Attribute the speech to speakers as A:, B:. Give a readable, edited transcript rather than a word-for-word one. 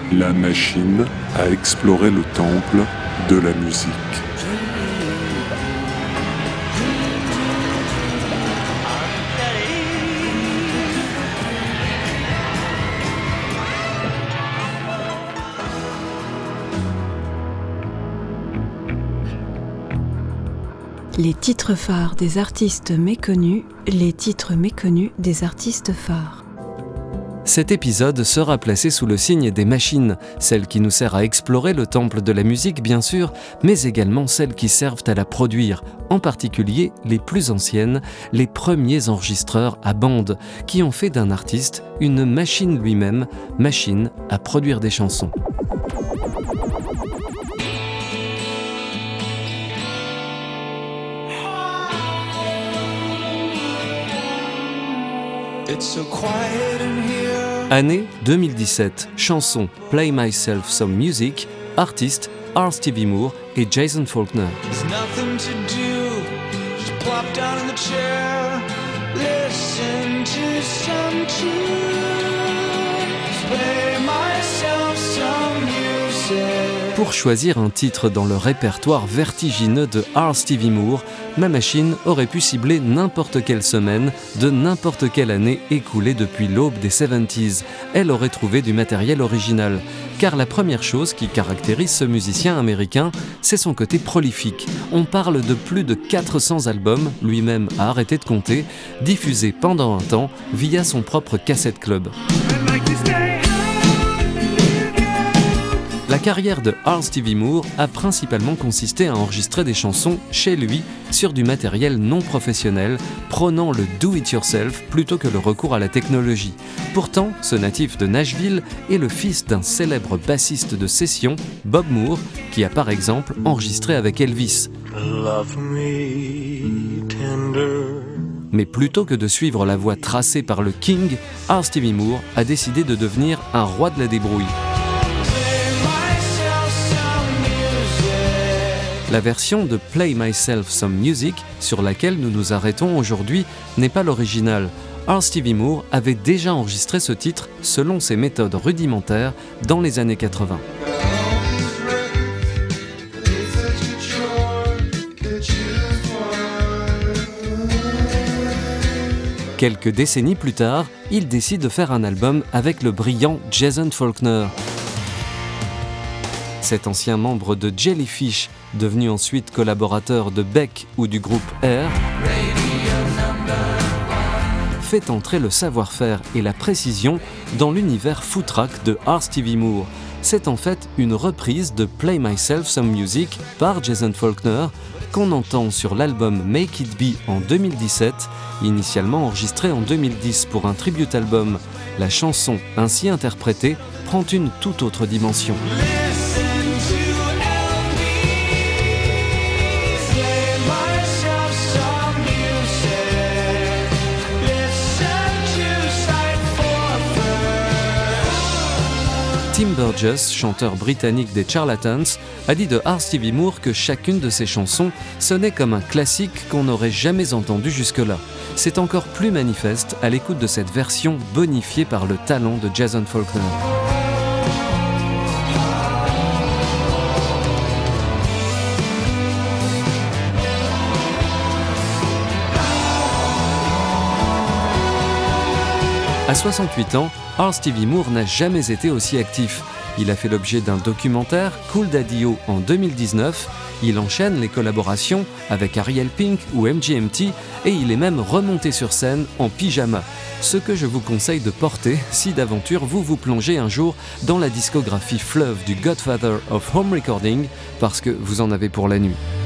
A: La machine a exploré le temple de la musique.
B: Les titres phares des artistes méconnus, les titres méconnus des artistes phares.
C: Cet épisode sera placé sous le signe des machines, celle qui nous sert à explorer le temple de la musique bien sûr, mais également celles qui servent à la produire, en particulier les plus anciennes, les premiers enregistreurs à bande, qui ont fait d'un artiste une machine lui-même, machine à produire des chansons. Année 2017, chanson Play Myself Some Music, artistes R. Stevie Moore et Jason Faulkner. Pour choisir un titre dans le répertoire vertigineux de R. Stevie Moore, ma machine aurait pu cibler n'importe quelle semaine de n'importe quelle année écoulée depuis l'aube des 70s. Elle aurait trouvé du matériel original. Car la première chose qui caractérise ce musicien américain, c'est son côté prolifique. On parle de plus de 400 albums, lui-même a arrêté de compter, diffusés pendant un temps via son propre cassette club. La carrière de R. Stevie Moore a principalement consisté à enregistrer des chansons chez lui sur du matériel non professionnel, prônant le do-it-yourself plutôt que le recours à la technologie. Pourtant, ce natif de Nashville est le fils d'un célèbre bassiste de session, Bob Moore, qui a par exemple enregistré avec Elvis. Mais plutôt que de suivre la voie tracée par le King, R. Stevie Moore a décidé de devenir un roi de la débrouille. La version de Play Myself Some Music, sur laquelle nous nous arrêtons aujourd'hui, n'est pas l'original. R. Stevie Moore avait déjà enregistré ce titre selon ses méthodes rudimentaires dans les années 80. Quelques décennies plus tard, il décide de faire un album avec le brillant Jason Faulkner. Cet ancien membre de Jellyfish, devenu ensuite collaborateur de Beck ou du groupe Air, fait entrer le savoir-faire et la précision dans l'univers footrack de R. Stevie Moore. C'est en fait une reprise de Play Myself Some Music par Jason Faulkner qu'on entend sur l'album Make It Be en 2017, initialement enregistré en 2010 pour un tribute album. La chanson ainsi interprétée prend une toute autre dimension. Tim Burgess, chanteur britannique des Charlatans, a dit de R. Stevie Moore que chacune de ses chansons sonnait comme un classique qu'on n'aurait jamais entendu jusque-là. C'est encore plus manifeste à l'écoute de cette version bonifiée par le talent de Jason Faulkner. À 68 ans, R. Stevie Moore n'a jamais été aussi actif. Il a fait l'objet d'un documentaire, Cool Daddy-O, en 2019. Il enchaîne les collaborations avec Ariel Pink ou MGMT et il est même remonté sur scène en pyjama. Ce que je vous conseille de porter si d'aventure vous vous plongez un jour dans la discographie fleuve du Godfather of Home Recording parce que vous en avez pour la nuit.